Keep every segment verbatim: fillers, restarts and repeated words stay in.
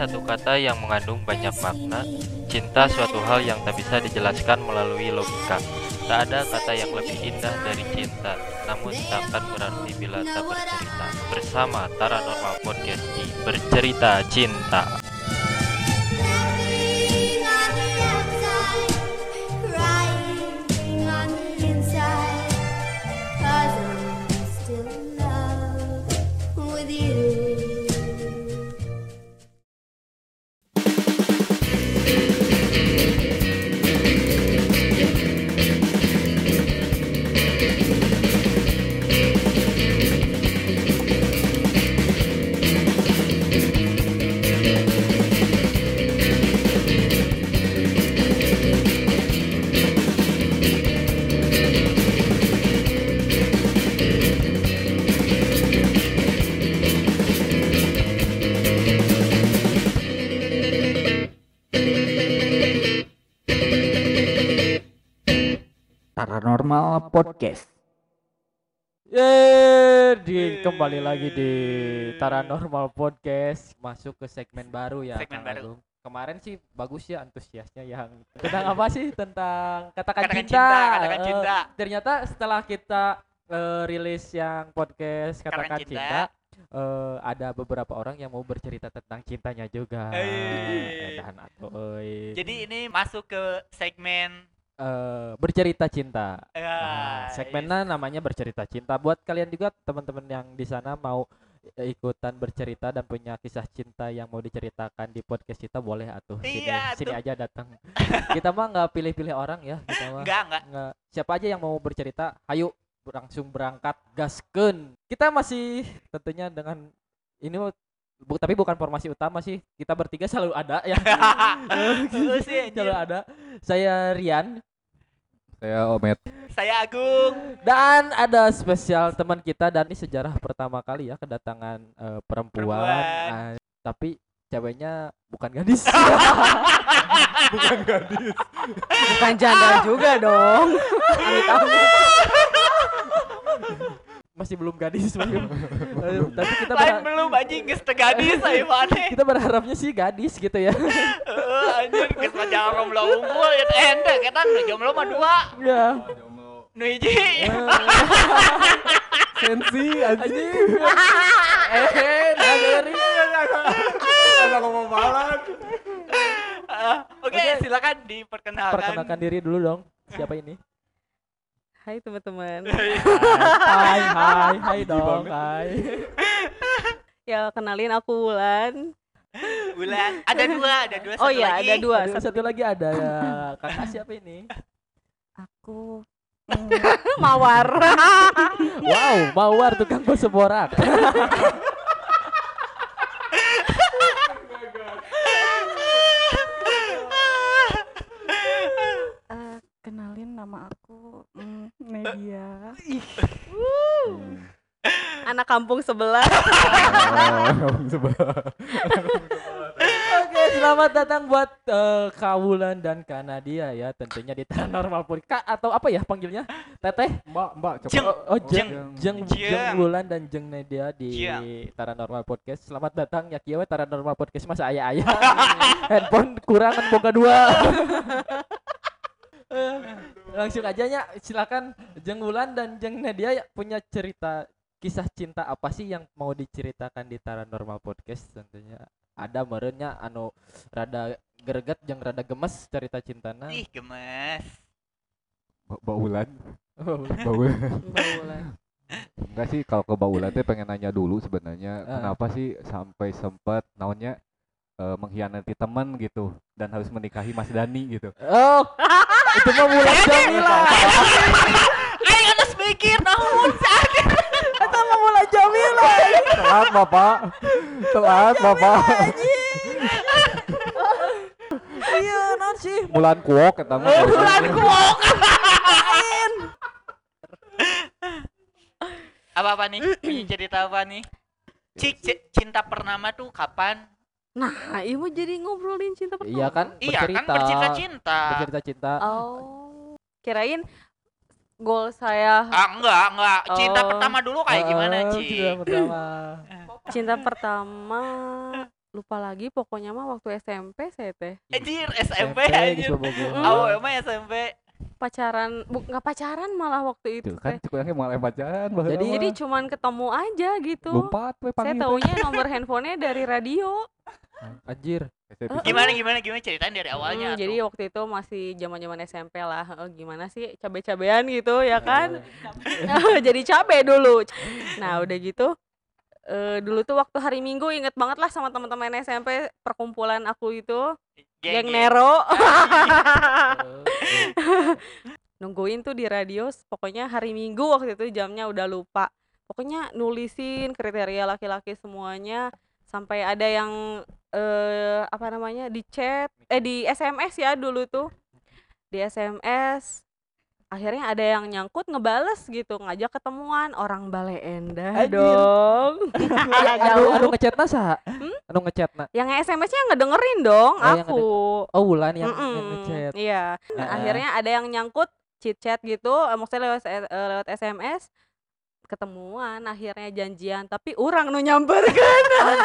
satu kata yang mengandung banyak makna. Cinta suatu hal yang tak bisa dijelaskan melalui logika. Tak ada kata yang lebih indah dari cinta, namun takkan berarti bila tak bercerita. Bersama Paranormal Podcast di Bercerita Cinta. Paranormal Podcast. Yeay, di kembali lagi di Paranormal Podcast, masuk ke segmen baru ya. Segmen Kang baru. Agung. Kemarin sih bagus ya antusiasnya yang tentang apa sih? Tentang katakan, Katakan cinta. cinta, katakan Eh, cinta. Ternyata setelah kita eh, rilis yang podcast katakan Katakan cinta, cinta. eh, ada beberapa orang yang mau bercerita tentang cintanya juga. Eh. Edan atuh euy. Jadi ini masuk ke segmen Eh, bercerita cinta. ya, Nah, segmennya namanya bercerita cinta. Buat kalian juga teman-teman yang di sana mau eh, ikutan bercerita dan punya kisah cinta yang mau diceritakan di podcast kita, boleh atuh sini Iya, sini tuh. aja datang. Kita mah nggak pilih-pilih orang ya, kita mah. enggak enggak. Nggak. Siapa aja yang mau bercerita, ayo langsung berangkat gaskeun. Kita masih tentunya dengan ini bu, tapi bukan formasi utama sih. Kita bertiga selalu ada ya. Lu sih, anjir. Selalu ada. Saya Rian. Saya Omet. Saya Agung. Dan ada spesial teman kita, dan ini sejarah pertama kali ya kedatangan eh, perempuan, Perempuan. Nah, tapi ceweknya bukan gadis. Bukan gadis. Bukan janda juga dong. Amit-amit. Masih belum gadis, masih belum. Eh, tapi kita Lain berha- belum anjing geus teu gadis aya maneh. kita berharapnya sih gadis gitu ya. Heeh, anjir geus mah jangan jomblo unggul eta ente eta nu jomblo mah dua. Ya. Nu hiji. Sensi Anjing. Eh, dari. Ada ngomong balak. Ah, Oke, Oke. silakan diperkenalkan. Perkenalkan diri dulu dong. Siapa ini? Hai teman-teman. Hai, hai, hai dong, hai. Ya kenalin aku Wulan. Bulan ada dua, ada dua Oh satu iya, lagi. ada dua. Aduh, Satu satu lagi ada ya. Kakak siapa ini? aku mm, Mawar. Wow, Mawar tukang gosok borak. Eh, kenalin nama aku mm, Media. Anak kampung sebelah. Oke, selamat datang buat eh, Kak Wulan dan Kak Nadia ya, tentunya di Paranormal Podcast. Kak atau apa ya panggilnya? Teteh? Mbak, Mbak, coba. Jeng. Oh, oh, jeng, Jeng. jeng, Jeng. jeng Wulan dan jeng Nadia di Jeng. Paranormal Podcast. Selamat datang ya kieu we Paranormal Podcast masa aya-aya. Handphone kurang kan boga dua. Eh, Langsung aja nya, silakan jeng Wulan dan jeng Nadia ya, punya cerita kisah cinta apa sih yang mau diceritakan di Paranormal Podcast. Tentunya ada merenya anu rada greget jeung rada gemes cerita cintana. Ih, gemes. Mbak Ulan. Oh, Mbak Ulan. Mbak Wulan. Enggak sih, kalau ke Mbak Ulan teh pengen nanya dulu sebenarnya Ah. kenapa sih sampai sempat naonnya eh, mengkhianati teman gitu dan harus menikahi Mas Dani gitu. oh, itu mah Wulan Jamila. Aing harus mikir naon saat Itu mah Wulan Jamila. Telat Bapak. Telat Bapak. Iya, naon sih? Mulan Kuok eta mah. bulan kuok. Apa-apa nih? Punya cerita apa nih? Cik, ci- cinta pertama tuh kapan? Nah, ibu jadi ngobrolin cinta pertama. Iya kan, Iya kan bercerita. bercerita cinta. Bercerita cinta. Oh. Kirain goal saya Ah enggak, enggak. Cinta Oh. pertama dulu kayak gimana, Oh, Cik? cinta pertama. cinta pertama lupa lagi pokoknya mah waktu S M P saya teh Anjir, S M P S M P anjir. geus bobogohan. Awe mah S M P. pacaran bu nggak pacaran malah waktu itu Tuh kan teh. cukupnya malah pacaran baheula Jadi- mah. Jadi cuman ketemu aja gitu. lompat we Saya panggil teh. taunya nomor handphonenya dari radio. Anjir. Saya pikir, Gimana gimana gimana ceritain dari awalnya Mm, atuh. jadi waktu itu masih zaman-zaman S M P lah. Heeh, gimana sih cabe-cabean gitu ya kan? Jadi cabe dulu. Nah, udah gitu eh dulu tuh waktu hari Minggu inget banget lah sama teman-teman S M P perkumpulan aku itu geng Geng-geng. Nero. Eh, Nungguin tuh di radio pokoknya hari Minggu waktu itu jamnya udah lupa. Pokoknya nulisin kriteria laki-laki semuanya sampai ada yang eh apa namanya di chat eh di S M S ya dulu tuh. Di S M S akhirnya ada yang nyangkut ngebales gitu ngajak ketemuan orang Bale Endah Anjir. dong. anu Jauh. anu ngechatna saha? Hmm? Anu ngechatna. Yang S M S-nya ngedengerin dong Oh, yang aku. Oh, Wulan yang, yang Mm-mm, ngechat. iya. Nah, Heeh. akhirnya ada yang nyangkut chit chat gitu, eh, maksudnya lewat eh, lewat S M S ketemuan akhirnya janjian tapi orang nu nyamperkeun.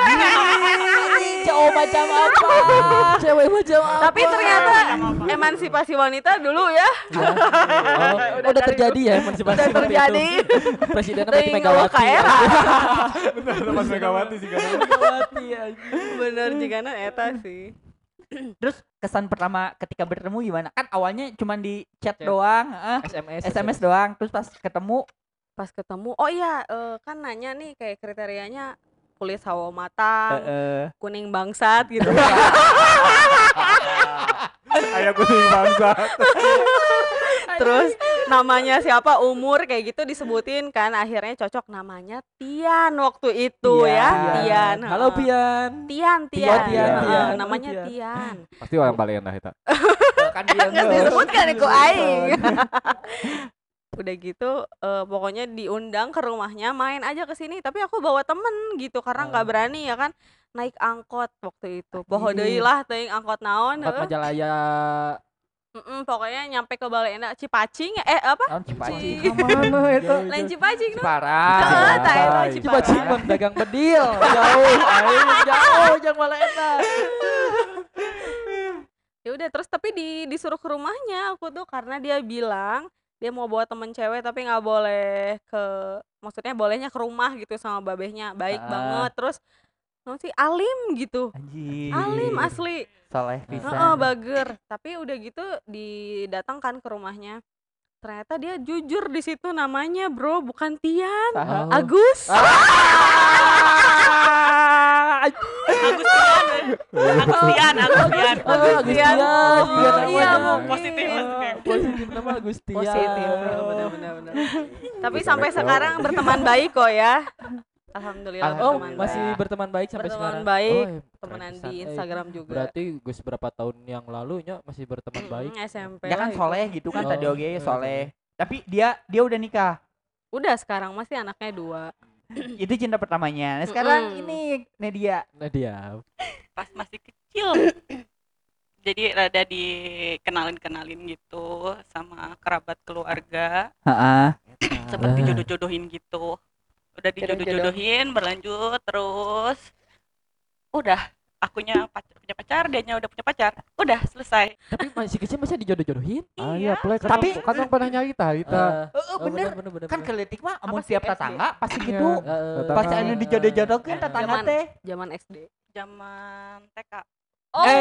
Cowok macam apa? Cewek macam apa? Tapi ternyata emansipasi wanita dulu ya Ya. Oh, udah, terjadi ya emansipasi udah seperti terjadi. itu. Presidennya berarti Teuing Megawati. eueuh ka era. bener Mas Megawati sih kan. Megawati anjing. Bener jigana eta sih. Terus kesan pertama ketika bertemu gimana? Kan awalnya cuma di chat Chat. doang, eh, S M S. S M S doang. Terus pas ketemu, Pas ketemu, oh iya eh, kan nanya nih kayak kriterianya kulit sawo matang, eh, kuning bangsat gitu. Aya kuning bangsa. Terus namanya siapa, umur kayak gitu disebutin kan, akhirnya cocok namanya Tian waktu itu Tian. ya. Pian. Tian. Halo heeh. Pian. Tian, Tian. Tian, Tian, heeh, Tian. namanya Halo, Tian. Pasti orang Bale Endah eta. kan dia Nggak nge- disebutkan ku aing. Udah gitu eh, pokoknya diundang ke rumahnya main aja ke sini tapi aku bawa temen gitu karena nggak Oh. berani ya kan naik angkot waktu itu. Poho Anjir. deui lah teuing angkot naon Angkot heuh. Majalaya. Mm-mm, pokoknya nyampe ke Bale Endah Cipacing eh apa? Naon Cipacing? Ci- Mana eta? Lain Cipacing nu. Ciparang. Heeh, tah eta Ciparai. Cipacing Ciparai. mah dagang bedil. Jauh, aing jauh jeung Malena. Ya udah terus tapi di disuruh ke rumahnya aku tuh karena dia bilang dia mau bawa temen cewek tapi nggak boleh ke maksudnya bolehnya ke rumah gitu sama babehnya baik Ah. banget terus non sih alim gitu Anjir. alim asli Soleh Heeh, pisan. bager tapi udah gitu didatangkan ke rumahnya ternyata dia jujur di situ namanya bro bukan Tian Saha? Oh. Agus Agustian. Agustian, Agustian. Oh, Agustian. Oh, iya, namanya. mungkin. Positif, positif. Positif nama Agustian. positif benar-benar tapi Bisa sampai make sekarang berteman baik kok ya alhamdulillah Oh, berteman masih baik. berteman baik sampai Berteman sekarang. baik, Oh, iya, temenan keren di pisan. Eh, Instagram juga Berarti Gus berapa tahun yang lalu nya masih berteman baik. Mm, S M P Dia kan lah itu. soleh gitu kan Oh, tadi oge iya, soleh. Tapi dia dia udah nikah. udah sekarang masih anaknya dua Itu cinta pertamanya. Nah, sekarang Mm-mm. ini Nadia. Nah dia. Pas masih kecil. Jadi rada dikenalin-kenalin gitu sama kerabat keluarga, Heeh. seperti Ah. jodoh-jodohin gitu. Udah Jodoh-jodoh. dijodoh-jodohin, berlanjut terus udah akunya pacar, punya pacar, dianya udah punya pacar. Udah selesai. Tapi masih kecil masih dijodoh-jodohin. Ah iya, plek. Tapi- kan orang pernah nyarita kita. Heeh, oh, bener. bener bener Kan bener. keletik mah amun Apa sih, tiap S D? tetangga pasti Iya. gitu. Heeh. Tetangga. Pas anu dijodoh-jodohkeun tetangga Zaman- teh. zaman S D Zaman T K. oh Eh,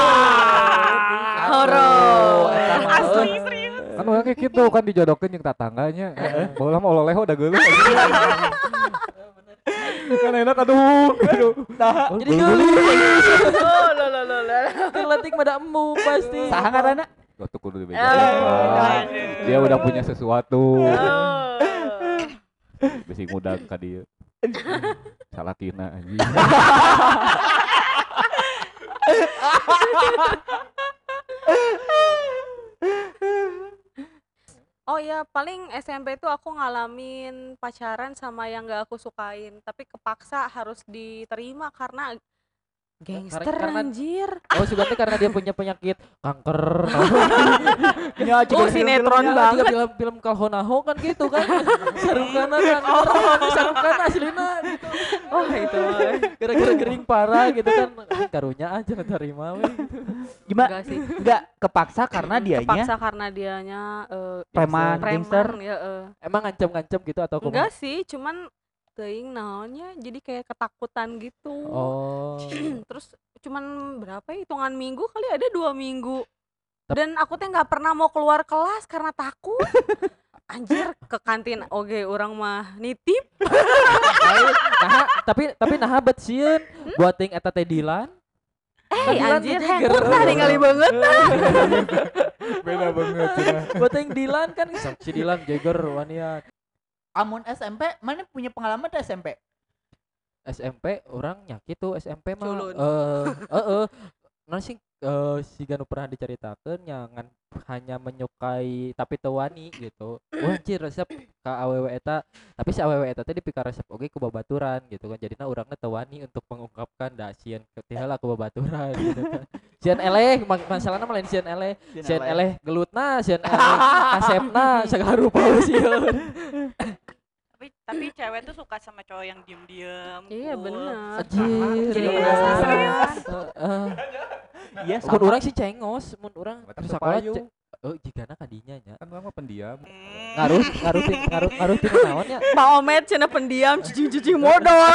horor eta mah. Asli serius. Kan orang kayak gitu kan dijodohkeun jeung tetangganya. Baheula mah oleh-oleh udah geuleuh. Kan enak aduh. Aduh. Nah, Oh, Jadi geuleuh. dulu oh lo lo lo lo keletik pada emu pasti. saha ngaranna? Gak tuh kudu Oh, dibedakan. Dia udah punya sesuatu. oh. Besi ngudang ka dieu. Salatina anjing. Oh iya, paling S M P tuh aku ngalamin pacaran sama yang gak aku sukain, tapi kepaksa harus diterima karena Gangster karena- anjir. Oh sebenarnya karena dia punya penyakit kanker. Ya, Oh sinetron banget. Juga film-film Kalhonaho kan gitu kan. Sarukana kanker, sarukana aslina gitu. Oh itu. Gara-gara gering parah gitu kan. Karunya aja terima we. Gimana? Enggak sih. Enggak kepaksa karena dianya Kepaksa karena dianya eh, preman, preman gangster. ya eh. Emang ngancem-ngancem gitu atau kumaha? Enggak sih, cuman teuing naonnya jadi kayak ketakutan gitu. Oh. Terus cuman berapa ya hitungan minggu kali ada dua minggu. Dan aku teh nggak pernah mau keluar kelas karena takut. Anjir ke kantin oge orang mah nitip. Nah, tapi tapi nah bet sieun buat ting eta teh Dilan. Eh Dilan anjir teh hengkur jagger. tah ningali banget. Beda banget cenah. Buat ting Dilan kan si Dilan Jagger wanian. Amun S M P, mana punya pengalaman di S M P? S M P orang nyakit tuh S M P mah Culun. eh heeh nah sih eh si Ganu pernah diceritakan nyangan hanya menyukai tapi teu wani gitu. Wah anjir resep ka awewe eta tapi si awewe eta teh dipika resep oge ku babaturan gitu kan jadinya urangna teu wani untuk mengungkapkan da sieun ketihala ku babaturan gitu kan. Sieun eleh mak- masalahna mah lain sieun eleh sieun eleh gelutna sieun eleh asepna segala rupa sieun. Tapi tapi cewek tuh suka sama cowok yang diem-diem. Iya cool. bener. Anjir. Jadi Heeh. penasaran. Heeh. Iya, Mun urang sih cengos, mun urang Mata di sekolah payung. ce- oh jigana kadinya nya. Kan lama pendiam. Hmm. Ngaruh ngaruh ti- ngaruh ngaruh ti naon nya. Pak Omet cenah pendiam cicing-cicing modal.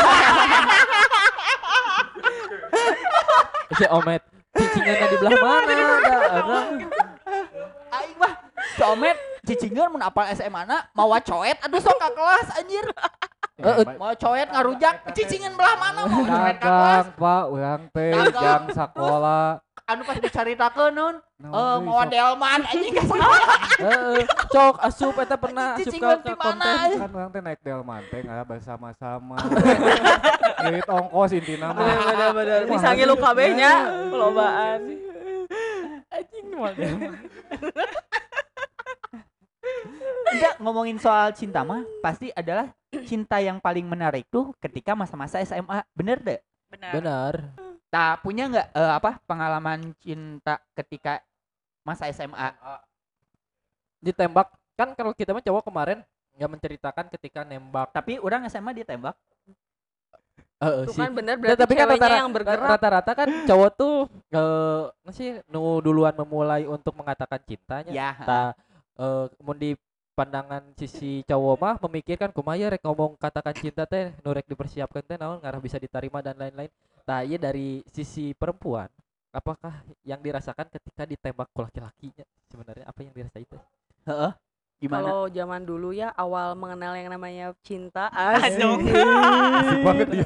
Si Omet cicinganna di belah mana da urang. Aing mah comet cicingan mun apal S M A-na mawa coet aduh sok ka kelas anjir. Heeh. Mau coet ngarujak cicingan belah mana mau coet ka kelas. Dagang Pak, urang teh Dagang. jang sakola. Anu pas dicaritakeun nun Naon eh deui, mawa sok? delman anjing ka Heeh. Cok asup eta pernah asup Cicingan ka di ka mana, konten. Kan urang teh naik delman teh ngara bersama-sama. Irit ongkos intina mah. Bener-bener bisa ngilu kabehnya lobaan. Anjing mah. Enggak ngomongin soal cinta mah pasti adalah cinta yang paling menarik tuh ketika masa-masa S M A. Bener deh. Benar. Benar. Nah, punya nggak eh, apa pengalaman cinta ketika masa S M A? Ditembak kan kalau kita mah cowok kemarin nggak menceritakan ketika nembak. Tapi orang S M A ditembak. Heeh Tuh sih. kan bener Nah, berarti tapi kan ceweknya rata- yang bergerak. rata-rata kan cowok tuh eh nggak sih nu duluan memulai untuk mengatakan cintanya. Ya. Ta eh mun di pandangan sisi cowok mah memikirkan kumaha rek ngomong katakan cinta teh nu rek dipersiapkan teh naon ngarah bisa diterima dan lain-lain. Tah ieu dari sisi perempuan apakah yang dirasakan ketika ditembak ku laki-lakinya sebenarnya apa yang dirasain teh? Heeh. Gimana? Kalau zaman dulu ya awal mengenal yang namanya cinta Aduh. Asik banget dia.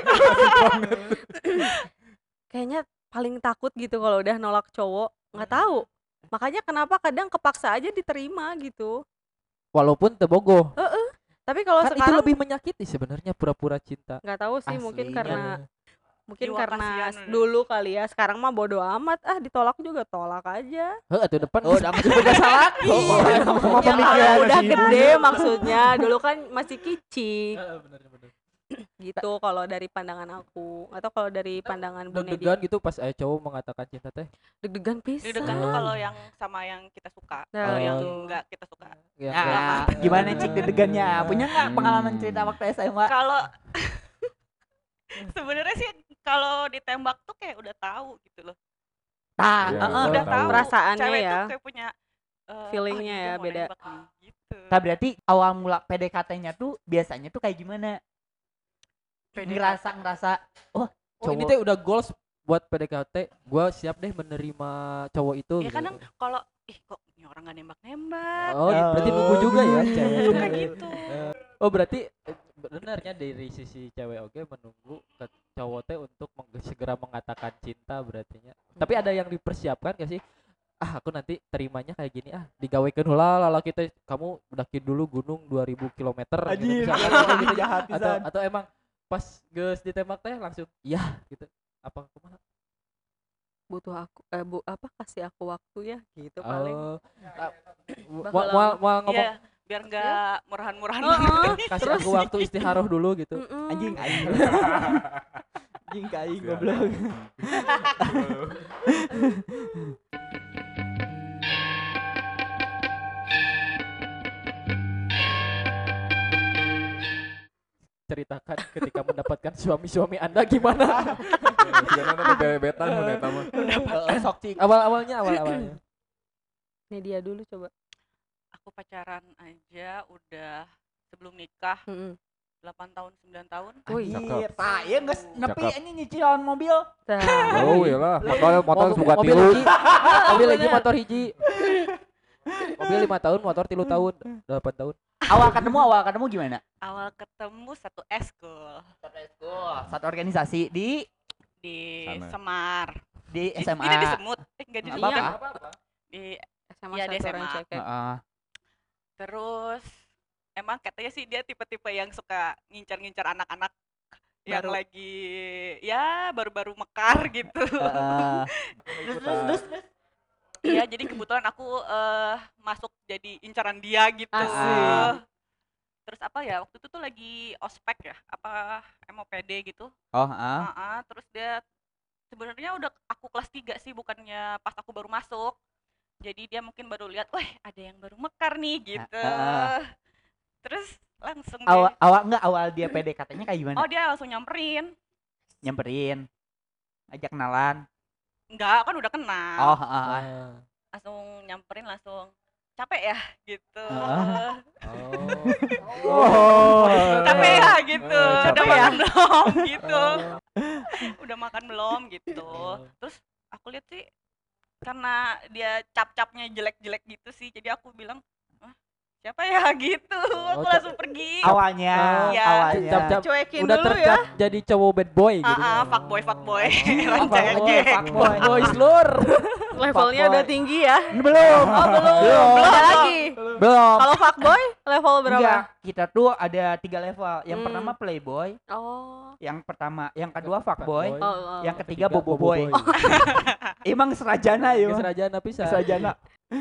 kayaknya paling takut gitu kalau udah nolak cowok nggak tahu makanya kenapa kadang kepaksa aja diterima gitu Walaupun teu bogoh. tapi kalau Kan itu sekarang lebih menyakiti sebenarnya pura-pura cinta. nggak tahu sih mungkin Aslinya. karena mungkin Jiwa karena kasihan udah. dulu kali ya sekarang mah bodo amat ah ditolak juga tolak aja Heeh atuh depan Oh, udah juga salah. Oh, Kumaha ya kalau pemikiran udah si ibu? gede maksudnya dulu kan masih kicik Heeh, bener bener. gitu kalau dari pandangan aku atau kalau dari pandangan Bu Nedi Deg-degan gitu pas aya cowok mengatakan cinta teh. deg-degan Deg-degan pisan tuh kalau yang sama yang kita suka. Nah, Kalau yang gitu. enggak kita suka. Ya, Nah, ya. gimana cik deg-degannya? Punya nggak pengalaman cerita waktu S M A? Kalau sebenarnya sih kalau ditembak tuh kayak udah tahu gitu loh. Nah, Iya, heeh. Udah tahu. tahu. Perasaannya Cewek ya. tuh kayak punya eh, Feelingnya oh, ini ya, dia mau beda. nembak nih, gitu. Nah, berarti awal mula P D K T-nya tuh biasanya tuh kayak gimana? P D K T. Ngerasa ngerasa oh, Oh, ini cowok- teh udah goals buat P D K T. Gua siap deh menerima cowok itu. Ya gitu. kadang kalau ih kok ini orang gak nembak-nembak. Oh, berarti nunggu juga ya cewek. Suka gitu. Oh, berarti eh, benarnya dari sisi cewek oke menunggu ke cowok teh untuk meng- segera mengatakan cinta berartinya. Tapi ada yang dipersiapkan gak sih? Ah, aku nanti terimanya kayak gini ah, digawekeun heula lalaki teh kamu daki dulu gunung dua ribu kilometer gitu Anjir, misalkan kayak gitu, gitu jahat atau pisan. atau emang pas geus ditembak teh langsung iya gitu. Apa kumaha? butuh aku eh bu apa kasih aku waktu ya gitu paling Oh, ta- Bakal mau mau mau ngomong Iya, biar nggak murahan-murahan Heeh. banget. kasih aku waktu istiharoh dulu gitu. Mm-mm. anjing anjing. Anjing kai Sialan. goblok. Ceritakan ketika mendapatkan suami-suami Anda gimana? Sekarang ada bebetan mun eta mah. Heeh, sok cing. Awal-awalnya awal-awalnya. Nih dia dulu coba. Aku pacaran aja udah sebelum nikah Heeh. delapan tahun sembilan tahun. Wih. Anjir, tah ieu geus nepi Cakep. anjing nyicilan mobil. Tah. Oh iyalah, motor motor Mobil- buka mobil tilu. hiji, mobil hiji motor hiji. Mobil lima tahun, motor tilu tahun, delapan tahun. Awal ketemu awal ketemu gimana? Awal ketemu satu eskul Satu organisasi di di Sana. Semar. di Di- S M A. Ini di Semut. Eh enggak di Nggak Semut. apa-apa. Di S M A Iya, di satu S M A. Rancaikek. Heeh. terus emang katanya sih dia tipe-tipe yang suka ngincar-ngincar anak-anak yang Baru. lagi ya baru-baru mekar gitu. Heeh. Terus terus terus. terus. Iya, jadi kebetulan aku eh, masuk jadi incaran dia gitu. Asik. Terus apa ya, waktu itu tuh lagi ospek ya, apa M O P D gitu. Oh, heeh. Heeh, terus dia sebenarnya udah aku kelas tiga sih, bukannya pas aku baru masuk. Jadi dia mungkin baru lihat, wah ada yang baru mekar nih gitu. Heeh. Terus langsung Awal deh, awal enggak awal dia P D K T-nya kayak gimana? oh dia langsung nyamperin. Nyamperin. Ajak kenalan. Enggak, kan udah kenal. Oh, heeh. Ah. Langsung nyamperin, langsung capek ya gitu. Heeh. Oh. Capek ya gitu. Eh, Udah capek makan belum gitu. Oh. Udah makan belum gitu. Terus aku lihat sih karena dia cap-capnya jelek-jelek gitu sih, jadi aku bilang, "Hah, siapa ya?" gitu. Aku cap- langsung pergi. Awalnya, Iya. awalnya. Cap-cap. Cuekin Udah dulu ya. tercap jadi cowok bad boy gitu. Ah, ah, fuckboy, fuckboy. Fuckboy, Rancakek. fuckboy, boy slur. Levelnya udah tinggi ya. Belum. Oh, belum. Belum. Ada lagi. Belum. Kalau fuckboy level berapa? Enggak, kita tuh ada tiga level. Yang Hmm. pertama playboy, Oh. yang pertama, yang kedua fuckboy, Fuckboy. Oh, oh. yang ketiga Ketiga, boboiboy. Emang serajana ya. Serajana bisa. Serajana.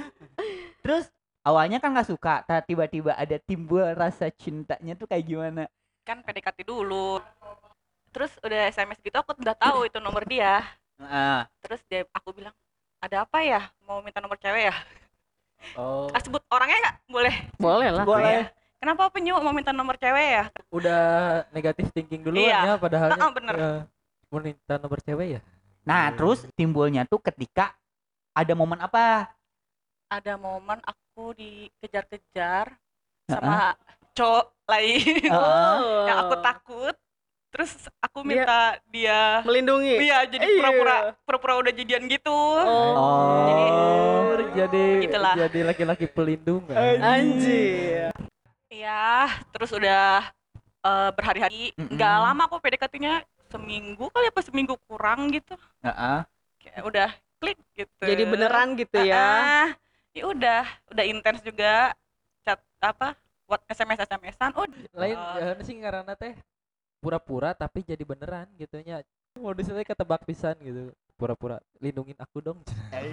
Terus awalnya kan nggak suka, ta- tiba-tiba ada timbul rasa cintanya tuh kayak gimana? Kan P D K T dulu. Terus udah S M S gitu, aku udah tahu itu nomor dia. Heeh. Terus dia, aku bilang, ada apa ya? Mau minta nomor cewek ya? Oh, Ah, sebut orangnya nggak? Boleh. Boleh lah. Boleh. Kenapa penyu mau minta nomor cewek ya? udah negatif thinking duluan Iya. ya padahal Ah, bener. mau minta nomor cewek ya. Nah, terus timbulnya tuh ketika ada momen apa? Ada momen aku dikejar-kejar sama cowok lain Heeh. yang aku takut. Terus aku Dia- minta dia, Melindungi. iya jadi Iya. pura-pura pura-pura udah jadian gitu. Oh. Jadi Oh, jadi begitulah. jadi laki-laki pelindung kan? Anjir. Iya, terus udah eh, berhari-hari, Mm-mm. nggak lama kok P D K T-nya, seminggu kali apa seminggu kurang gitu. Heeh. Kayak udah klik gitu. Jadi beneran gitu ya. Ah, ya udah, udah intens juga chat apa, buat S M S S M S-an. Oh, Lain eh, uh, sih karena teh pura-pura tapi jadi beneran gitu nya. Modusnya ketebak pisan gitu. Pura-pura lindungin aku dong.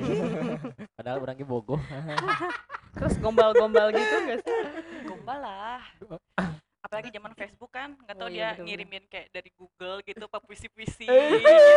Padahal orangnya bogoh. Terus gombal-gombal gitu enggak sih? gombal lah. Apalagi zaman Facebook kan, nggak tahu Oh, iya, dia betul-betul. ngirimin kayak dari Google gitu, apa puisi-puisi. Oh,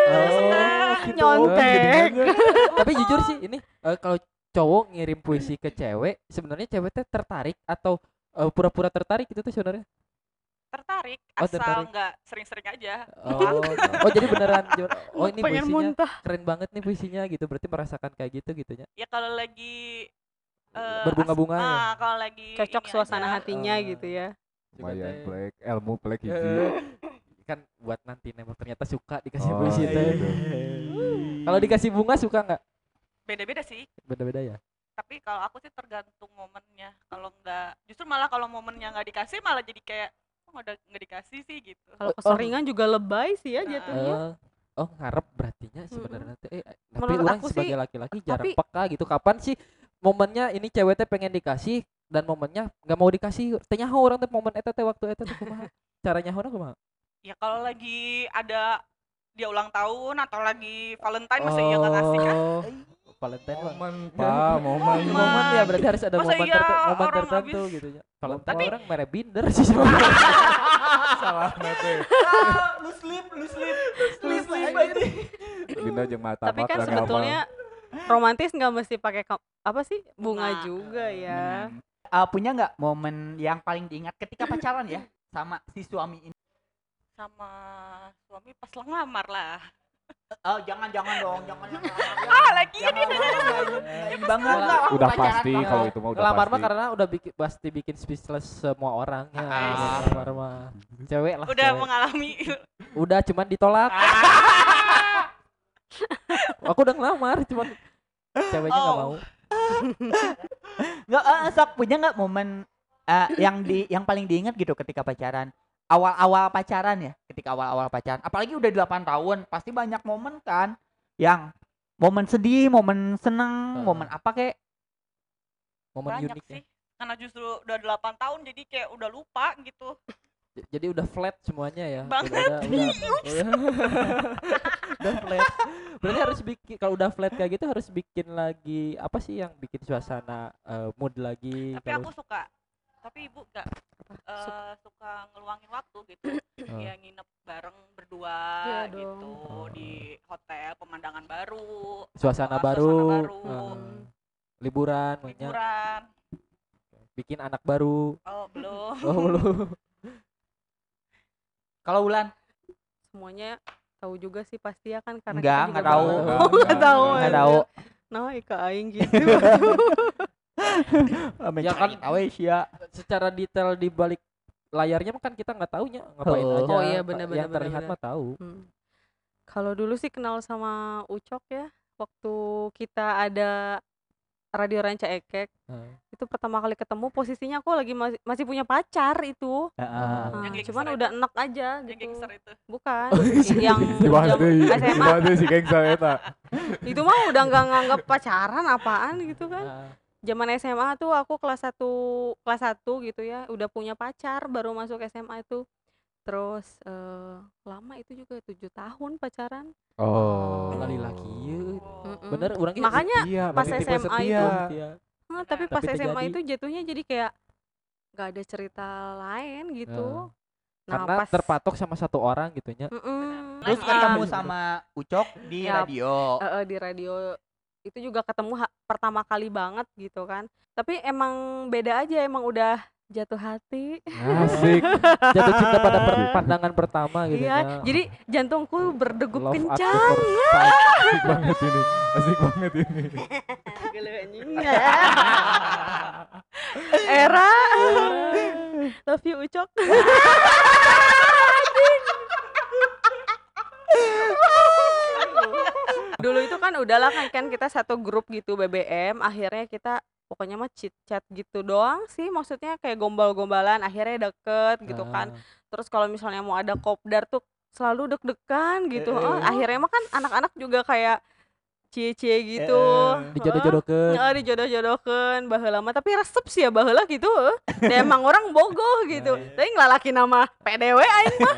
gitu. Nyontek. Tapi jujur sih ini eh, kalau cowok ngirim puisi ke cewek, sebenarnya cewek teh tertarik atau eh, pura-pura tertarik gitu tuh sebenarnya. Tertarik, Oh, asal tertarik. nggak sering-sering aja. Oh, oh jadi beneran. Oh ini Pengen puisinya muntah. keren banget nih puisinya gitu. Berarti merasakan kayak gitu gitunya. Ya kalau lagi eh, Berbunga-bunga as- ya? ah, kalau lagi Cocok ini suasana aja. hatinya Oh. gitu ya. Lumayan teh, plek, ilmu plek hiji. eh, kan buat nanti nembak ternyata suka dikasih Oh, puisi iya, teh. gitu. Kalau dikasih bunga suka nggak? Beda-beda sih. Beda-beda ya. Tapi kalau aku sih tergantung momennya. Kalau nggak, justru malah kalau momennya nggak dikasih malah jadi kayak kok nggak ada- nggak dikasih sih gitu. Kalau Oh, keseringan juga lebay sih ya Nah, jatuhnya. Eh, oh ngarep berartinya sebenarnya teh. Eh, tapi Menurut orang aku sih, sebagai laki-laki jarang tapi- peka gitu. Kapan sih momennya ini cewek teh pengen dikasih dan momennya nggak mau dikasih? Teh nyaho orang teh momen eta teh waktu eta teh kumaha? Caranya nyaho kumaha? Ya kalau lagi ada dia ulang tahun atau lagi Valentine masa iya nggak ngasih kan? Oh, Valentine mah. Momen, Pak, momen. Momen, momen ya berarti harus ada Masa momen, iya terte- momen orang tertentu habis- gitu ya. Valentine Tapi- orang mere binder sih sebenarnya. Salah nete. Lu slip, lu slip. Lu Dinda jeung mata Tapi kan sebetulnya romantis nggak mesti pakai ka- apa sih bunga Bunga. juga ya. Hmm. Uh, punya nggak momen yang paling diingat ketika pacaran ya sama si suami ini? Sama suami pas ngelamar lah. Oh jangan jangan dong, jangan yang Ah, lagi ini banget lah. aku Udah pacaran pasti banget. kalau itu mah udah Ngelamar mah pasti. karena udah bikin pasti bikin speechless semua orang ya. Ah. Ngelamar mah cewek lah. Udah cewek. mengalami. Udah cuman ditolak. Aku udah ngelamar cuman ceweknya nggak Oh. mau. Nggak, uh, sok punya nggak momen uh, yang di yang paling diingat gitu ketika pacaran? Awal-awal pacaran ya, ketika awal-awal pacaran. Apalagi udah delapan tahun, pasti banyak momen kan yang momen sedih, momen seneng, Ah. momen apa kek? Momen Banyak unik ya. sih. Karena justru udah delapan tahun jadi kayak udah lupa gitu. J- Jadi udah flat semuanya ya. Banget. Udah, udah, udah, udah flat. Berarti harus bikin kalau udah flat kayak gitu harus bikin lagi apa sih yang bikin suasana eh, mood lagi. Tapi kalau- aku suka. Tapi ibu gak eh, suka ngeluangin waktu gitu. Oh. Ya nginep bareng berdua Iya gitu dong. di hotel, pemandangan baru, Suasana apa, baru. suasana baru, eh, liburan, makanya liburan. bikin anak baru. Oh belum. Oh belum. Kalau Wulan? Semuanya tahu juga sih pasti ya kan karena Enggak, kita juga enggak tahu. baru. Enggak, Oh, enggak enggak, tahu. enggak. Nggak tahu. Nah, ika aing gitu. Ya kan tahu ya. secara detail di balik layarnya mah kan kita nggak taunya ngapain Oh. aja. Oh iya, Ta- benar, Yang benar, terlihat benar, mah tahu. Hmm. Kalau dulu sih kenal sama Ucok ya, waktu kita ada Radio Ranca Ekek. Nah, Itu pertama kali ketemu posisinya aku lagi masih masih punya pacar itu. Heeh. Nah, Yang cuman gangster udah itu. enak aja Yang gitu. gangster itu. Bukan. Oh, yang Dibahas yang deui, S M A dibahas deui si gengsa eta. itu mah udah nggak nganggap pacaran apaan gitu kan. nah, Zaman S M A tuh aku kelas satu kelas satu gitu ya, udah punya pacar baru masuk S M A itu. Terus eh, lama itu juga tujuh tahun pacaran. Oh. lali laki ieu. Mm-mm. Bener urang ge Makanya Iya, pas berarti tipe S M A setia. itu setia. Hah, tapi Tapi pas S M A terjadi. itu jatuhnya jadi kayak nggak ada cerita lain gitu. Nah, Karena pas terpatok sama satu orang gitu nya. Mm-mm. Terus Lagi. ketemu Ah, sama Ucok di Ya, radio. eh, eh, di radio itu juga ketemu ha- pertama kali banget gitu kan. Tapi emang beda aja, emang udah jatuh hati. Asik. Jatuh cinta pada per- pandangan pertama gitu Iya, nya. jadi jantungku berdegup Love at kencang. first sight. Asik banget ini. Asik banget ini. Gila, anjing. Era. Love you Ucok. Dulu itu kan udahlah kan kan kita satu grup gitu B B M, akhirnya kita pokoknya mah chit chat gitu doang sih, maksudnya kayak gombal-gombalan, akhirnya deket gitu kan. Ah. Terus kalau misalnya mau ada kopdar tuh selalu deg-degan gitu. Eh, Oh, eh. akhirnya mah kan anak-anak juga kayak cie-cie gitu. Eh, Dijodoh-jodohkeun. Heeh, dijodoh-jodohkeun baheula mah, tapi resep sih ya baheula gitu. Da emang orang bogoh gitu. Tapi ngelalaki nama P D W aing mah.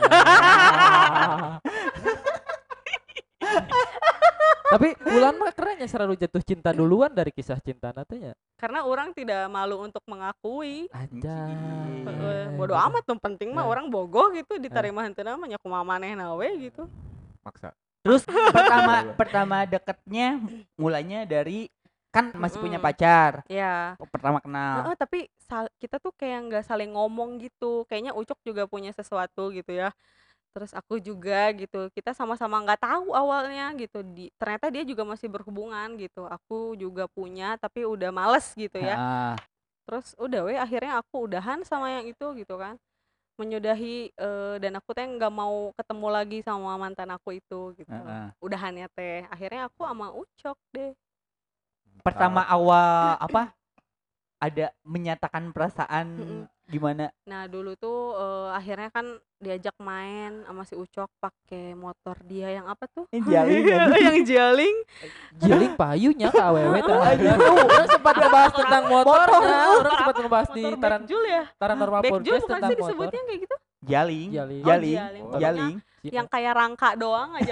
Tapi Wulan mah kerennya selalu jatuh cinta duluan dari kisah cinta nantinya. Karena orang tidak malu untuk mengakui. Anjay. Heeh, bodo amat, yang penting mah Eh. orang bogoh gitu, diterima henteu mah nya kumaha manehna we gitu. Maksa. Terus pertama pertama deketnya mulainya dari kan masih punya Mm-mm. pacar. Ya. Pertama kenal. Heeh, tapi sal- kita tuh kayak nggak saling ngomong gitu. Kayaknya Ucok juga punya sesuatu gitu ya. Terus aku juga gitu. Kita sama-sama nggak tahu awalnya gitu. Di, ternyata dia juga masih berhubungan gitu. Aku juga punya tapi udah males gitu ya. Heeh. Terus udah weh akhirnya aku udahan sama yang itu gitu kan. Menyudahi eh, dan aku teh nggak mau ketemu lagi sama mantan aku itu gitu. Heeh. Udahannya teh. Akhirnya aku sama Ucok deh. Pertama awal apa? Ada menyatakan perasaan Mm-mm. gimana? Nah dulu tuh eh, akhirnya kan diajak main sama si Ucok pakai motor dia yang apa tuh? Jaling kan? yang jaling. Jiling payunya ke awewe terakhir. Orang sempat ngebahas tentang motornya. Orang sempat ngebahas di Motor taran Backjul ya? taran normal Backjul podcast bukan tentang sih motor. disebutnya kayak gitu? Jaling. Jaling. Oh, Jaling. jaling. Jaling. Yang kayak rangka doang aja.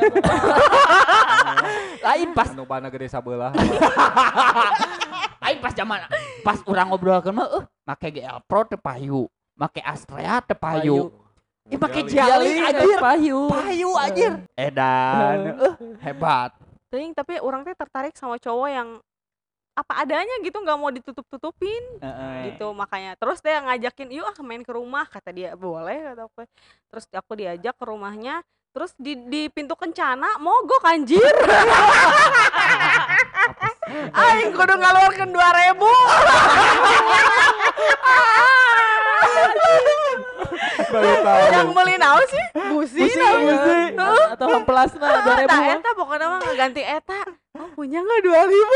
Lain pas Anu bana gede sabelah. lain pas zaman pas urang ngobrolkeun mah eh make G L Pro teu payu, make Astrea teu payu. Ih pakai Jali. jali anjir. payu. Payu anjir. Edan. Eh hebat. Ting, tapi orang teh tertarik sama cowok yang apa adanya gitu, nggak mau ditutup-tutupin Heeh. gitu. Makanya terus dia ngajakin, yuk ah main ke rumah, kata dia. Boleh kata aku. Terus aku diajak ke rumahnya, terus di di pintu kencana mogok anjir. Aing kudu ngaluarkeun dua ribu. Baru tahu. Yang beli naon sih? Busi. Busi. Atau hemplasna dua ribu. Eta eta pokoknya mah ngeganti eta. Oh, punya enggak dua ribu?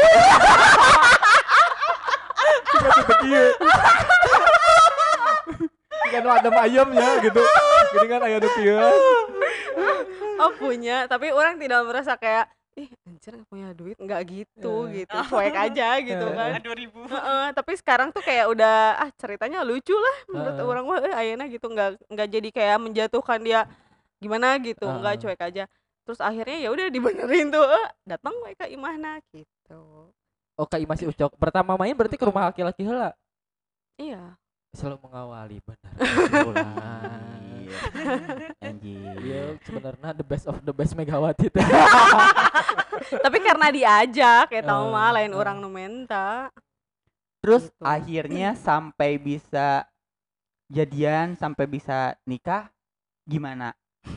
Kan ada ayam ya gitu. Gini kan ayam kieu. Oh, punya, tapi orang tidak merasa kayak ih anjir nggak punya duit, nggak gitu gitu, cuek aja gitu kan. dua ribu. Heeh, tapi sekarang tuh kayak udah ah ceritanya lucu lah menurut Heeh. orang mah, eh ayeuna gitu, nggak nggak jadi kayak menjatuhkan dia gimana gitu, nggak Heeh. cuek aja. Terus akhirnya ya udah dibenerin tuh, eh, datang we ka imahna gitu. Oh, Kak Ima si Ucok. Pertama main berarti ke rumah laki-laki heula. Iya. Selalu mengawali benar. Anjir. Anjir. Iya, sebenarnya the best of the best Megawati teh. Tapi karena diajak ya tahu Eh, mah lain eh. orang nu menta. Terus Gitu. akhirnya sampai bisa jadian, sampai bisa nikah gimana?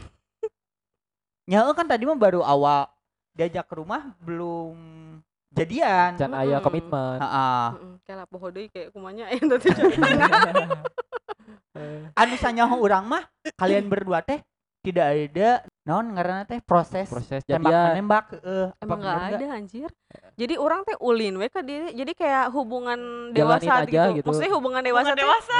Ya kan tadi mah baru awal diajak ke rumah belum jadian. Can aya Mm-mm. komitmen. Heeh. Heeh, kayak lapo deui kayak kumanya eh tadi ceritanya. Anu sanyaho urang mah kalian berdua teh tidak ada naon ngaranna teh proses, Proses tembak jadian. menembak heeh. Apa Emang nggak bener ada anjir. Jadi orang teh ulin we ke dia. Jadi kayak hubungan Jalanin dewasa aja gitu. gitu. Maksudnya hubungan dewasa Bukan teh dewasa.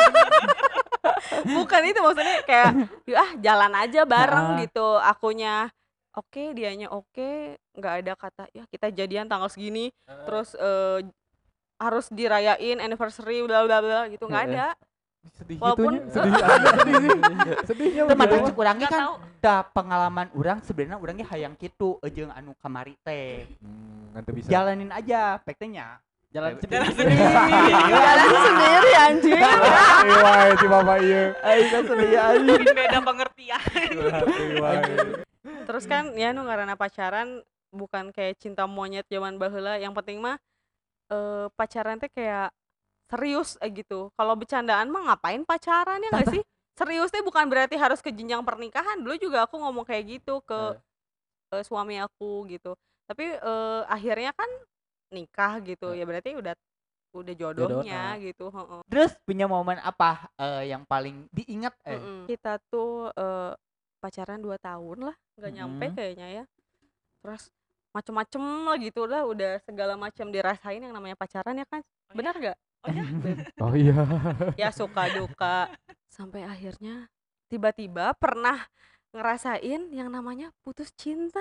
bukan itu maksudnya kayak "Yuk, ah jalan aja bareng Heeh. gitu. Akunya oke, dianya oke, nggak ada kata ya kita jadian tanggal segini terus eh, harus dirayain anniversary bla bla bla gitu, nggak Heeh. ada. Sedih Walaupun- gitunya. Sedih aja sedih sih. Sedihnya Teu mata begitu. cek urang Nggak kan tahu. da pengalaman urang sebenarnya urang ge hayang kitu jeung anu kamari teh. Hmm, nanti bisa. Jalanin aja pek teh nya. Jalan Jalan sendiri. Jalan sendiri anjing. Eh wae si bapak ieu. Aing kan sedih anjing. Beda pengertian. Eh wae. Terus kan ya nu ngaranna pacaran bukan kayak cinta monyet zaman baheula, yang penting mah eh, pacaran teh kayak serius eh, gitu. Kalau bercandaan mah ngapain pacaran ya nggak sih? Serius teh bukan berarti harus ke jenjang pernikahan. Dulu juga aku ngomong kayak gitu ke eh, suami aku gitu. Tapi eh, akhirnya kan nikah gitu. Ya berarti udah udah jodohnya gitu, heeh. Terus punya momen apa eh, yang paling diingat eh? Mm-mm. Kita tuh eh, pacaran dua tahun lah, nggak nyampe Mm-mm. kayaknya ya. Terus macem-macem lah gitu lah, udah segala macam dirasain yang namanya pacaran ya kan, benar nggak? Oh iya. Ya suka duka, sampai akhirnya tiba-tiba pernah ngerasain yang namanya putus cinta.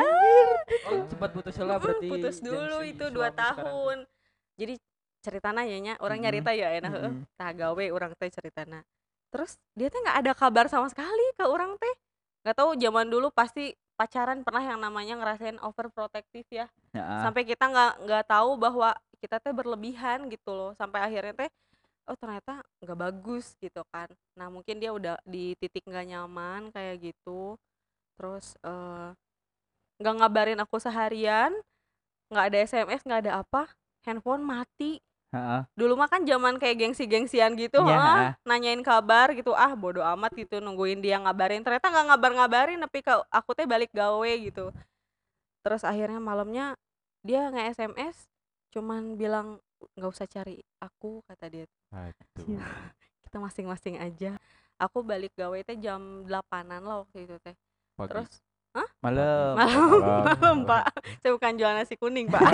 Oh, sempat putus heula berarti. Putus jeung dulu si itu suami dua sekarang. tahun. Jadi ceritanya ya nya, orang Mm-mm. nyarita ya enak heeh. Mm-mm. Tah gawe orang teh ceritana. Terus dia teh nggak ada kabar sama sekali ke orang teh. Nggak tahu zaman dulu pasti pacaran pernah yang namanya ngerasain overprotective ya. Heeh. Sampai kita nggak nggak tahu bahwa kita teh berlebihan gitu loh. Sampai akhirnya teh oh ternyata nggak bagus gitu kan. Nah mungkin dia udah di titik nggak nyaman kayak gitu. Terus eh, nggak ngabarin aku seharian, nggak ada S M S, nggak ada apa, handphone mati. Heeh. Dulu mah kan zaman kayak gengsi-gengsian gitu, Iya, heeh, heeh. nanyain kabar gitu, ah bodo amat gitu, nungguin dia ngabarin. Ternyata nggak ngabar-ngabarin, tapi ke aku teh balik gawe gitu. Terus akhirnya malamnya dia nge S M S, cuman bilang nggak usah cari aku, kata dia. Aduh. Kita masing-masing aja. Aku balik gawe teh jam delapanan lah waktu itu teh. Pagi. Terus Malam. malam, Malam. malam Pak. Saya bukan jual nasi kuning Pak.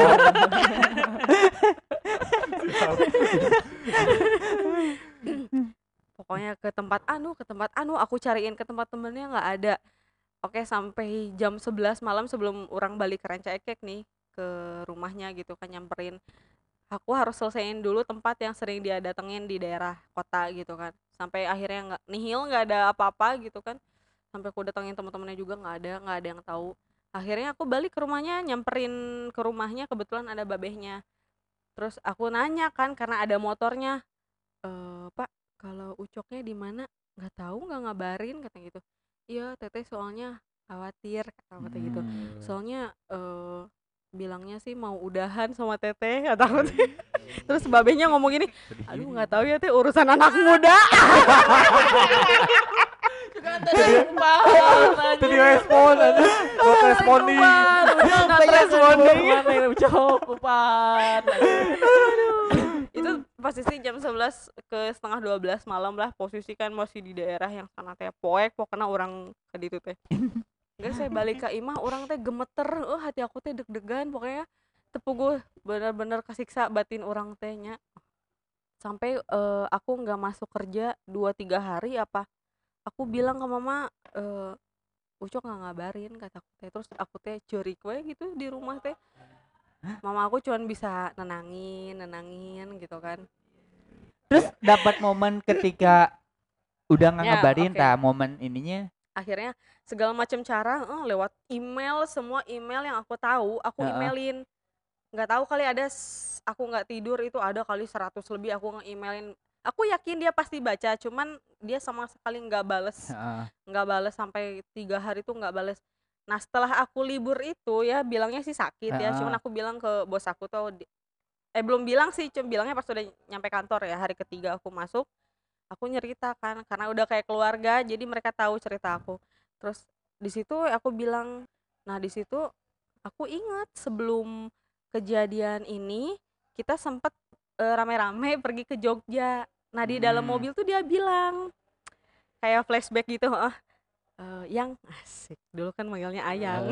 Pokoknya ke tempat anu, ke tempat anu, aku cariin ke tempat temennya nggak ada. Oke, sampai jam sebelas malam sebelum orang balik ke Ranca Ekek nih ke rumahnya gitu kan, nyamperin. Aku harus selesaiin dulu tempat yang sering dia datengin di daerah kota gitu kan. Sampai akhirnya nggak nihil, nggak ada apa-apa gitu kan. Sampai aku datengin teman-temannya juga nggak ada, nggak ada yang tahu. Akhirnya aku balik ke rumahnya, nyamperin ke rumahnya, kebetulan ada babehnya. Terus aku nanya kan karena ada motornya, "Eh, Pak, kalau Ucoknya di mana?" nggak tahu nggak ngabarin kata gitu. Iya teteh soalnya khawatir kata kata gitu. Hmm. Soalnya eh bilangnya sih mau udahan sama teteh kata aku teh. Terus babehnya ngomong gini, aduh nggak tahu ya teh urusan anak muda. Tadi respon ada not responding. Not responding. Mana ucap kupan. Itu posisi jam sebelas ke setengah dua belas malam lah, posisi kan masih di daerah yang sana teh poek pokoknya orang ke ditu teh. Enggak saya balik ke imah orang teh gemeter, eh hati aku teh deg-degan pokoknya tepuguh bener-bener kesiksa batin orang tehnya. Sampai eh, aku nggak masuk kerja dua tiga hari apa. Aku bilang ke mama eh Ucok nggak ngabarin kata aku teh. Terus aku teh curik we gitu di rumah teh. Mama aku cuman bisa nenangin, nenangin gitu kan. Terus dapat momen ketika udah nggak Ya, ngabarin oke. ta momen ininya. Akhirnya segala macam cara eh, lewat email, semua email yang aku tahu aku Heeh. emailin. Nggak tahu kali ada s- aku nggak tidur itu ada kali seratus lebih aku nge-emailin. Aku yakin dia pasti baca, cuman dia sama sekali nggak bales, Heeh. nggak bales sampai tiga hari tuh nggak bales. Nah setelah aku libur itu ya bilangnya sih sakit ya, cuman Heeh. aku bilang ke bos aku tuh, di- eh belum bilang sih, cuma bilangnya pas udah nyampe kantor ya hari ketiga aku masuk, aku nyerita kan karena udah kayak keluarga, jadi mereka tahu cerita aku. Terus di situ aku bilang, nah di situ aku ingat sebelum kejadian ini kita sempat eh, rame-rame pergi ke Jogja. Nah di dalam Hmm. mobil tuh dia bilang kayak flashback gitu, ah yang asik dulu kan manggilnya Ayang.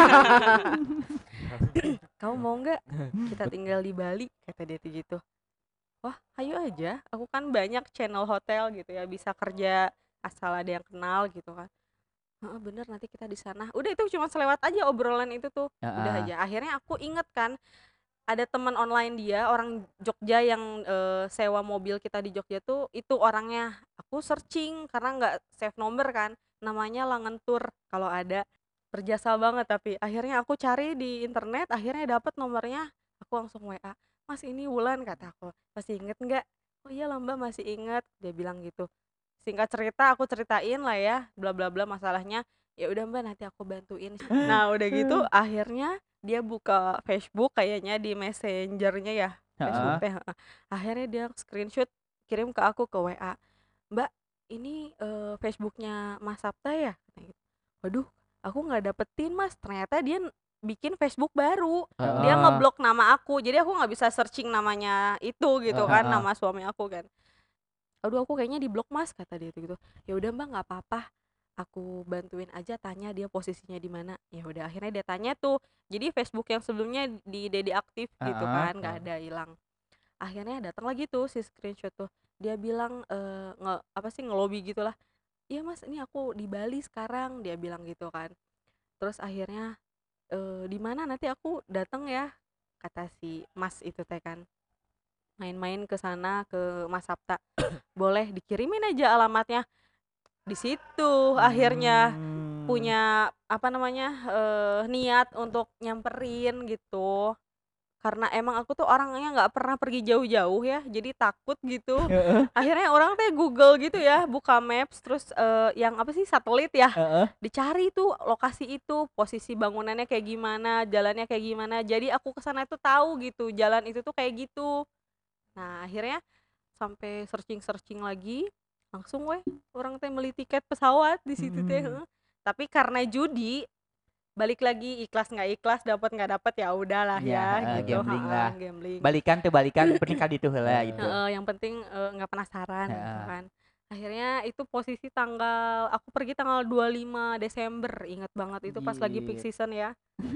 Kamu mau nggak kita tinggal di Bali kata dia tuh gitu. Wah ayo aja, aku kan banyak channel hotel gitu ya, bisa kerja asal ada yang kenal gitu kan. Heeh, bener nanti kita di sana. Udah itu cuma selewat aja obrolan itu tuh. Udah Heeh. aja. Akhirnya aku inget kan ada teman online dia orang Jogja yang eh, sewa mobil kita di Jogja tuh itu orangnya. Aku searching karena nggak save nomor kan. Namanya Langentur kalau ada. Berjasa banget tapi akhirnya aku cari di internet akhirnya dapat nomornya. Aku langsung W A. Mas ini Wulan kata aku. Masih inget nggak? Oh iya lah Mbak masih inget. Dia bilang gitu. Singkat cerita aku ceritain lah ya bla bla bla masalahnya. Ya udah Mbak nanti aku bantuin. Nah udah gitu akhirnya dia buka Facebook kayaknya di messengernya ya Facebook Heeh. teh. Heeh. Akhirnya dia screenshot kirim ke aku ke W A. Mbak ini eh, Facebooknya Mas Sabta ya? Kata gitu. Waduh aku nggak dapetin Mas. Ternyata dia n- bikin Facebook baru. Dia Heeh. ngeblok nama aku. Jadi aku nggak bisa searching namanya itu gitu kan, Heeh. nama suami aku kan. Aduh aku kayaknya di blok Mas kata dia tuh gitu. Ya udah Mbak nggak apa-apa. Aku bantuin aja tanya dia posisinya di mana. Ya udah akhirnya dia tanya tuh. Jadi Facebook yang sebelumnya di deaktif gitu Heeh. kan, nggak ada hilang. Akhirnya datang lagi tuh si screenshot tuh. Dia bilang eh nge apa sih ngelobi gitulah. Iya Mas, ini aku di Bali sekarang, dia bilang gitu kan. Terus akhirnya eh di mana nanti aku datang ya, kata si Mas itu teh kan. Main-main ke sana ke Mas Sabta. Boleh dikirimin aja alamatnya. Di situ akhirnya Hmm. punya apa namanya eh, niat untuk nyamperin gitu. Karena emang aku tuh orangnya nggak pernah pergi jauh-jauh ya, jadi takut gitu. Heeh. Akhirnya orang teh Google gitu ya, buka Maps terus eh, yang apa sih satelit ya, Heeh. dicari tuh lokasi itu, posisi bangunannya kayak gimana, jalannya kayak gimana. Jadi aku kesana tuh tahu gitu, jalan itu tuh kayak gitu. Nah akhirnya sampai searching-searching lagi, langsung weh orang teh beli tiket pesawat di situ teh. Hmm. heeh. Tapi karena judi, balik lagi ikhlas nggak ikhlas dapat nggak dapat ya udahlah Ya, ya heeh, gitu. gambling heeh, lah. gambling. Balikan tuh balikan penting kali itu heula gitu. Heeh, yang penting eh, nggak penasaran gitu Heeh. kan. Akhirnya itu posisi tanggal aku pergi tanggal dua puluh lima Desember, ingat banget itu pas lagi peak Anjir. season ya.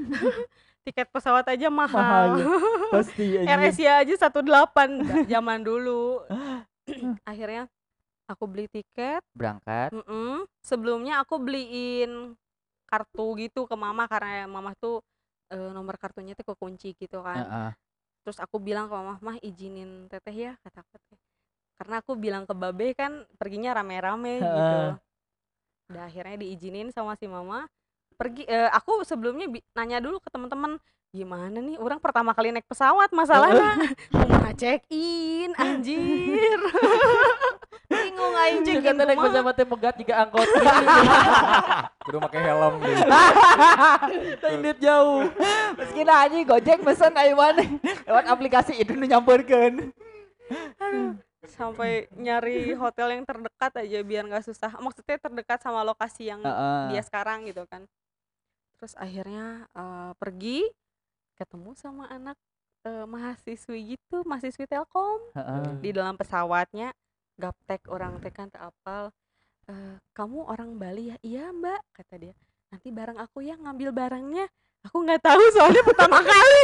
Tiket pesawat aja Mahal mahal. ya. Pasti anjir. AirAsia aja satu delapan zaman dulu. Akhirnya aku beli tiket. Berangkat. mm-mm. Sebelumnya aku beliin kartu gitu ke mama karena mama tuh eh, nomor kartunya tuh kekunci gitu kan. Heeh. Terus aku bilang ke mama, mah izinin teteh ya kata aku teh. Karena aku bilang ke babe kan perginya rame-rame gitu. Heeh. Udah akhirnya diizinin sama si mama. Pergi eh, aku sebelumnya bi- nanya dulu ke teman-teman gimana nih orang pertama kali naik pesawat masalahnya kumaha check in anjir. Bingung bingung aing Juga cekin teh naik kumaha. pesawat teh pegat jika angkot. Kudu pakai helm gitu. Tendit jauh. Meski nah anjing Gojek mesen ayo mana lewat aplikasi itu nu nyamperkeun. Sampai nyari hotel yang terdekat aja biar nggak susah. Maksudnya terdekat sama lokasi yang Heeh. dia sekarang gitu kan. Terus akhirnya eh, pergi ketemu sama anak eh, mahasiswi gitu, mahasiswi Telkom Heeh. di dalam pesawatnya. Gaptek orang teh kan teu apal. "Eh, kamu orang Bali ya?" "Iya mbak," kata dia. "Nanti bareng aku ya ngambil barangnya." Aku nggak tahu soalnya pertama kali.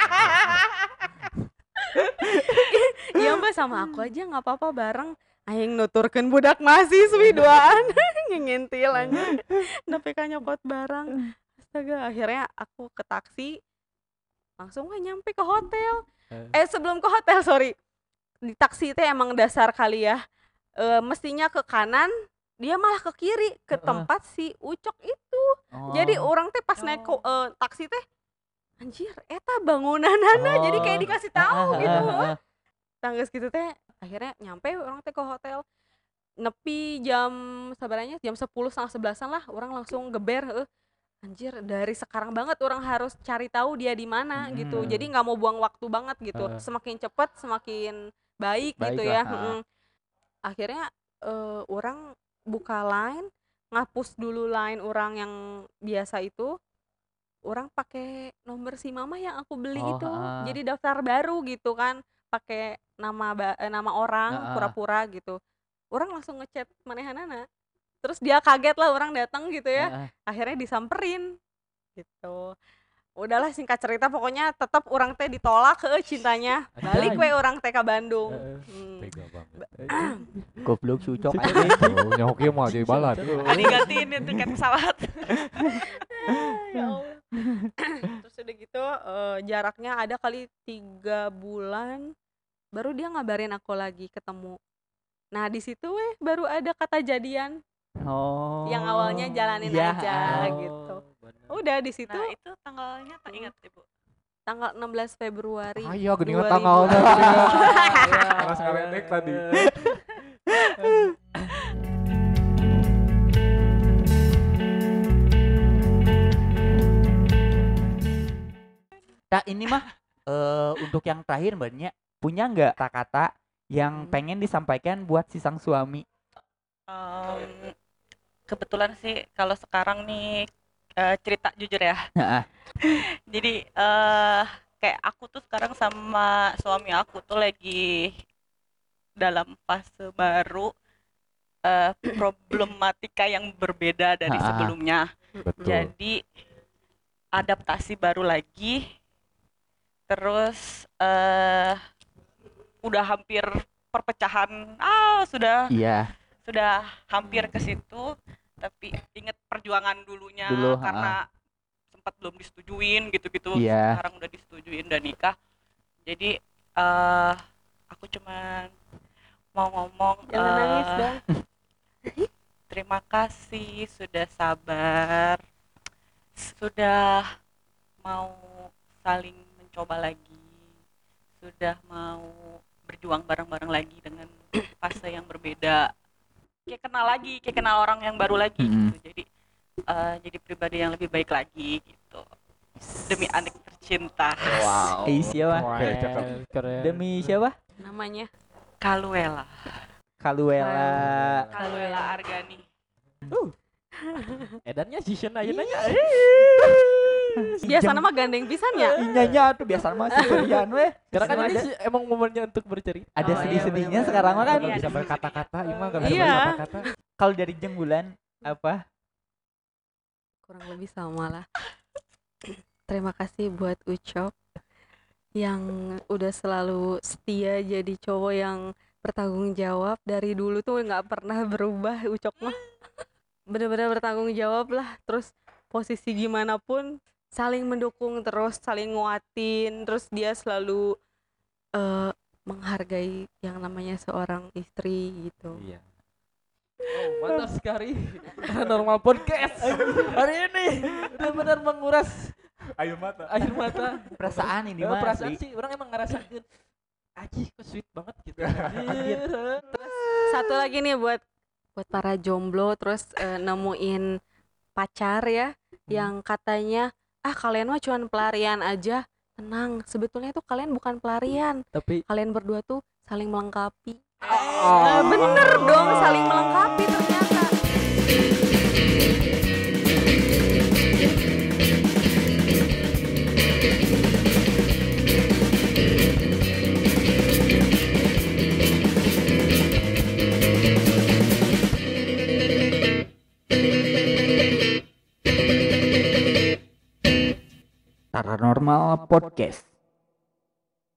"Iya mbak sama aku aja nggak apa-apa bareng." Aing nuturkeun budak mahasiswi duaan ngintil anjing. Nepi ka nyopot barang. Astaga, akhirnya aku ke taksi langsung we nyampe ke hotel. Eh sebelum ke hotel, sorry. Di taksi teh emang dasar kali ya. E, mestinya ke kanan, dia malah ke kiri ke tempat si Ucok itu. Jadi Oh. orang teh pas naik ko- eh, taksi teh anjir eta bangunanana jadi kayak dikasih tahu gitu. Tangges gitu teh akhirnya nyampe orang teh ke hotel. Nepi jam sabaranya jam sepuluh setengah sebelasan lah orang langsung geber heuh. Anjir dari sekarang banget orang harus cari tahu dia di mana gitu. Hmm. Jadi nggak mau buang waktu banget gitu. Heeh. Semakin cepet semakin baik, Baik gitu lah, ya. ha. Mm-mm. Akhirnya eh, orang buka line, ngapus dulu line orang yang biasa itu. Orang pakai nomor si mama yang aku beli Oh, itu. ha. Jadi daftar baru gitu kan. Pakai nama ba- eh, nama orang Ha-ha. pura-pura gitu. Orang langsung ngechat manehanana. Terus dia kaget lah orang datang gitu ya. Heeh. Akhirnya disamperin gitu. Udahlah singkat cerita pokoknya tetap orang teh ditolak ke cintanya. Balik we orang teh ke Bandung. Hmm. Tega banget. Goblok si Ucok Si anjing. Oh, nyoki mah jadi balad. Kan digantiin itu tiket pesawat. Ya Allah. Terus udah gitu eh, jaraknya ada kali tiga bulan baru dia ngabarin aku lagi ketemu. Nah di situ weh baru ada kata jadian Oh. yang awalnya jalanin Iya, aja ha. gitu. Udah di situ Nah, itu tanggalnya tak ingat, Ibu. tanggal enam belas Februari. Ayo geuningan dua ribu. tanggalnya. Ya, Kelas ngaledek tadi. Nah ini mah eh untuk yang terakhir mbaknya punya nggak kata-kata yang Hmm. pengen disampaikan buat si sang suami? Em, kebetulan sih kalau sekarang nih eh, cerita jujur ya. Heeh. Jadi eh kayak aku tuh sekarang sama suami aku tuh lagi dalam fase baru, eh, problematika yang berbeda dari Ha-ha. sebelumnya. Betul. Jadi adaptasi baru lagi. Terus eh udah hampir perpecahan. Ah, sudah Iya. sudah hampir ke situ, tapi inget perjuangan dulunya Dulu, karena sempat belum disetujuin gitu-gitu. Iya. Sekarang udah disetujuin dan nikah. Jadi eh aku cuman mau ngomong Jangan nangis eh, dong. terima kasih sudah sabar, sudah mau saling mencoba lagi, sudah mau berjuang bareng-bareng lagi dengan fase yang berbeda, kayak kenal lagi, kayak kenal orang yang baru lagi Mm-mm. gitu. Jadi eh, jadi pribadi yang lebih baik lagi gitu, demi adik tercinta. Wow. Eh, siapa? Oke, cakep. Keren. Demi siapa? Namanya Kaluela, Kaluela. Kaluela Argani. Edannya season aja nanya. biasa nama gandeng pisan ya. Inyanya tuh biasa mah si Berian weh. Karena kan Ada- ini sih emang momennya untuk bercerita. ada Oh, iya, sedih-sedihnya bener-bener. sekarang mah kan. Iya, Bisa ada berkata-kata, Ima nggak bisa Iya. berkata-kata. Kalau dari Jenggulan apa? Kurang lebih sama lah. Terima kasih buat Ucok yang udah selalu setia jadi cowok yang bertanggung jawab dari dulu tuh nggak pernah berubah. Ucok mah bener-bener bertanggung jawab lah. Terus posisi gimana pun saling mendukung terus, saling nguatin. Terus dia selalu eh, menghargai yang namanya seorang istri gitu. Iya. Oh, mantap sekali. Normal podcast hari ini benar-benar menguras Ayo mata. air mata. Perasaan ini Eh, mah. perasaan asli. sih orang emang ngerasain aji kok sweet banget gitu. Anjir. Terus Satu lagi nih buat buat para jomblo terus eh, nemuin pacar ya yang katanya ah kalian mah cuman pelarian aja. Tenang, sebetulnya tuh kalian bukan pelarian. Tapi Kalian berdua tuh saling melengkapi. Oh. Eh, bener dong, saling melengkapi ternyata. Paranormal Podcast.